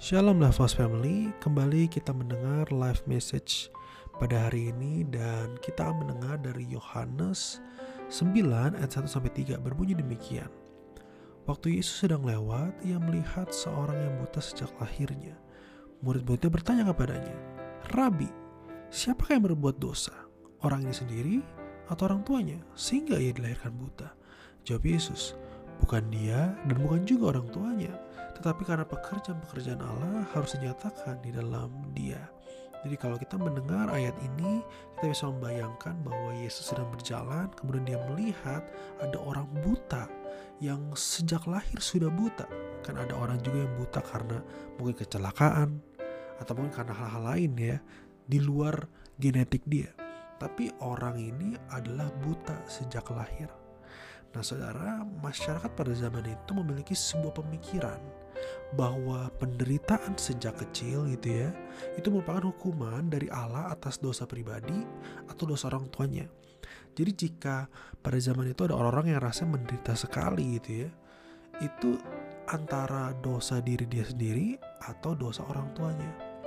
Shalom Lifehouse Family, kembali kita mendengar live message pada hari ini dan kita mendengar dari Yohanes 9 ayat 1-3 berbunyi demikian. Waktu Yesus sedang lewat, ia melihat seorang yang buta sejak lahirnya. Murid-muridnya bertanya kepadanya, "Rabi, siapakah yang berbuat dosa? Orang ini sendiri atau orang tuanya sehingga ia dilahirkan buta?" Jawab Yesus, "Bukan dia dan bukan juga orang tuanya, tetapi karena pekerjaan-pekerjaan Allah harus dinyatakan di dalam dia." Jadi kalau kita mendengar ayat ini, kita bisa membayangkan bahwa Yesus sedang berjalan, kemudian dia melihat ada orang buta yang sejak lahir sudah buta. Kan ada orang juga yang buta karena mungkin kecelakaan atau mungkin karena hal-hal lain ya, di luar genetik dia. Tapi orang ini adalah buta sejak lahir. Nah saudara, masyarakat pada zaman itu memiliki sebuah pemikiran bahwa penderitaan sejak kecil gitu ya, itu merupakan hukuman dari Allah atas dosa pribadi atau dosa orang tuanya. Jadi jika pada zaman itu ada orang-orang yang rasanya menderita sekali gitu ya, itu antara dosa diri dia sendiri atau dosa orang tuanya.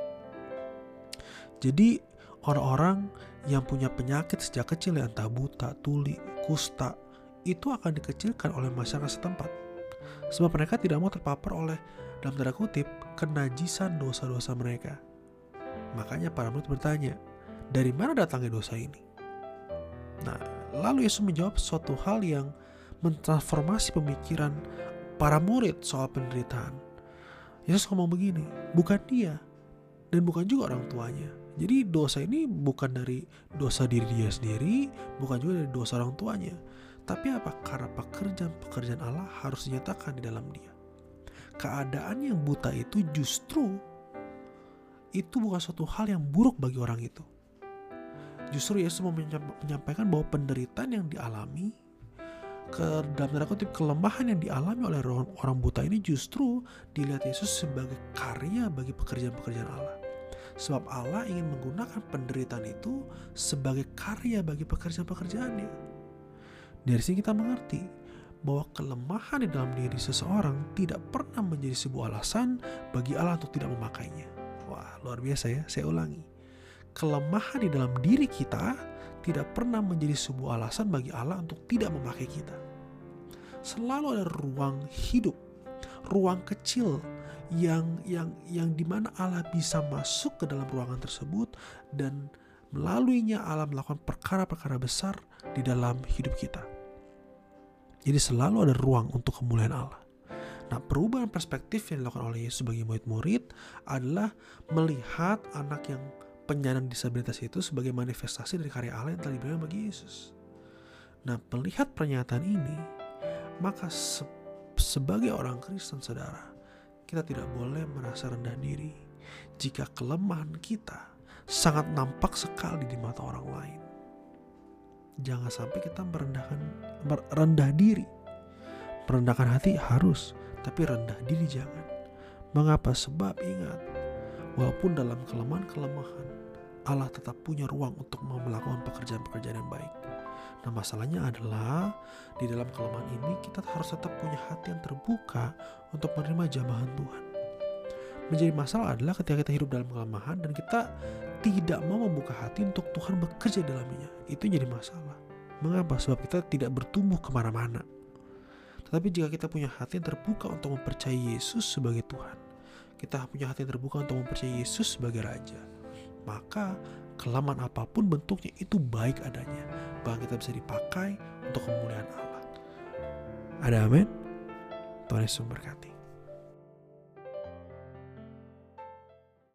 Jadi orang-orang yang punya penyakit sejak kecil ya, entah buta, tuli, kusta, itu akan dikecilkan oleh masyarakat setempat. Sebab mereka tidak mau terpapar oleh, dalam tanda kutip, kenajisan dosa-dosa mereka. Makanya para murid bertanya, dari mana datangnya dosa ini? Nah, lalu Yesus menjawab suatu hal yang mentransformasi pemikiran para murid soal penderitaan. Yesus ngomong begini, bukan dia dan bukan juga orang tuanya. Jadi dosa ini bukan dari dosa diri dia sendiri, bukan juga dari dosa orang tuanya. Tapi apa? Karena pekerjaan Allah harus dinyatakan di dalam dia. Keadaan yang buta itu justru itu bukan suatu hal yang buruk bagi orang itu. Justru Yesus mau menyampaikan bahwa penderitaan yang dialami, dalam tanda kutip kelemahan yang dialami oleh orang buta ini justru dilihat Yesus sebagai karya bagi pekerjaan-pekerjaan Allah. Sebab Allah ingin menggunakan penderitaan itu sebagai karya bagi pekerjaan-pekerjaannya. Dari sini kita mengerti bahwa kelemahan di dalam diri seseorang tidak pernah menjadi sebuah alasan bagi Allah untuk tidak memakainya. Wah, luar biasa ya, saya ulangi. Kelemahan di dalam diri kita tidak pernah menjadi sebuah alasan bagi Allah untuk tidak memakai kita. Selalu ada ruang hidup, ruang kecil yang dimana Allah bisa masuk ke dalam ruangan tersebut dan melaluinya Allah melakukan perkara-perkara besar di dalam hidup kita. Jadi selalu ada ruang untuk kemuliaan Allah. Nah, perubahan perspektif yang dilakukan oleh Yesus bagi murid-murid adalah melihat anak yang penyandang disabilitas itu sebagai manifestasi dari karya Allah yang telah diberikan bagi Yesus. Nah, melihat pernyataan ini, maka sebagai orang Kristen saudara, kita tidak boleh merasa rendah diri jika kelemahan kita sangat nampak sekali di mata orang lain. Jangan sampai kita rendah diri. Merendahkan hati harus, tapi rendah diri jangan. Mengapa? Sebab ingat, walaupun dalam kelemahan Allah tetap punya ruang untuk melakukan pekerjaan-pekerjaan yang baik. Nah, masalahnya adalah di dalam kelemahan ini kita harus tetap punya hati yang terbuka untuk menerima jamahan Tuhan. Menjadi masalah adalah ketika kita hidup dalam kelemahan dan kita tidak mau membuka hati untuk Tuhan bekerja dalamnya. Itu jadi masalah. Mengapa? Sebab kita tidak bertumbuh kemana-mana. Tetapi jika kita punya hati yang terbuka untuk mempercayai Yesus sebagai Tuhan, kita punya hati yang terbuka untuk mempercayai Yesus sebagai Raja, maka kelemahan apapun bentuknya itu baik adanya. Bahkan kita bisa dipakai untuk kemuliaan Allah. Ada amin? Tuhan Yesus memberkati.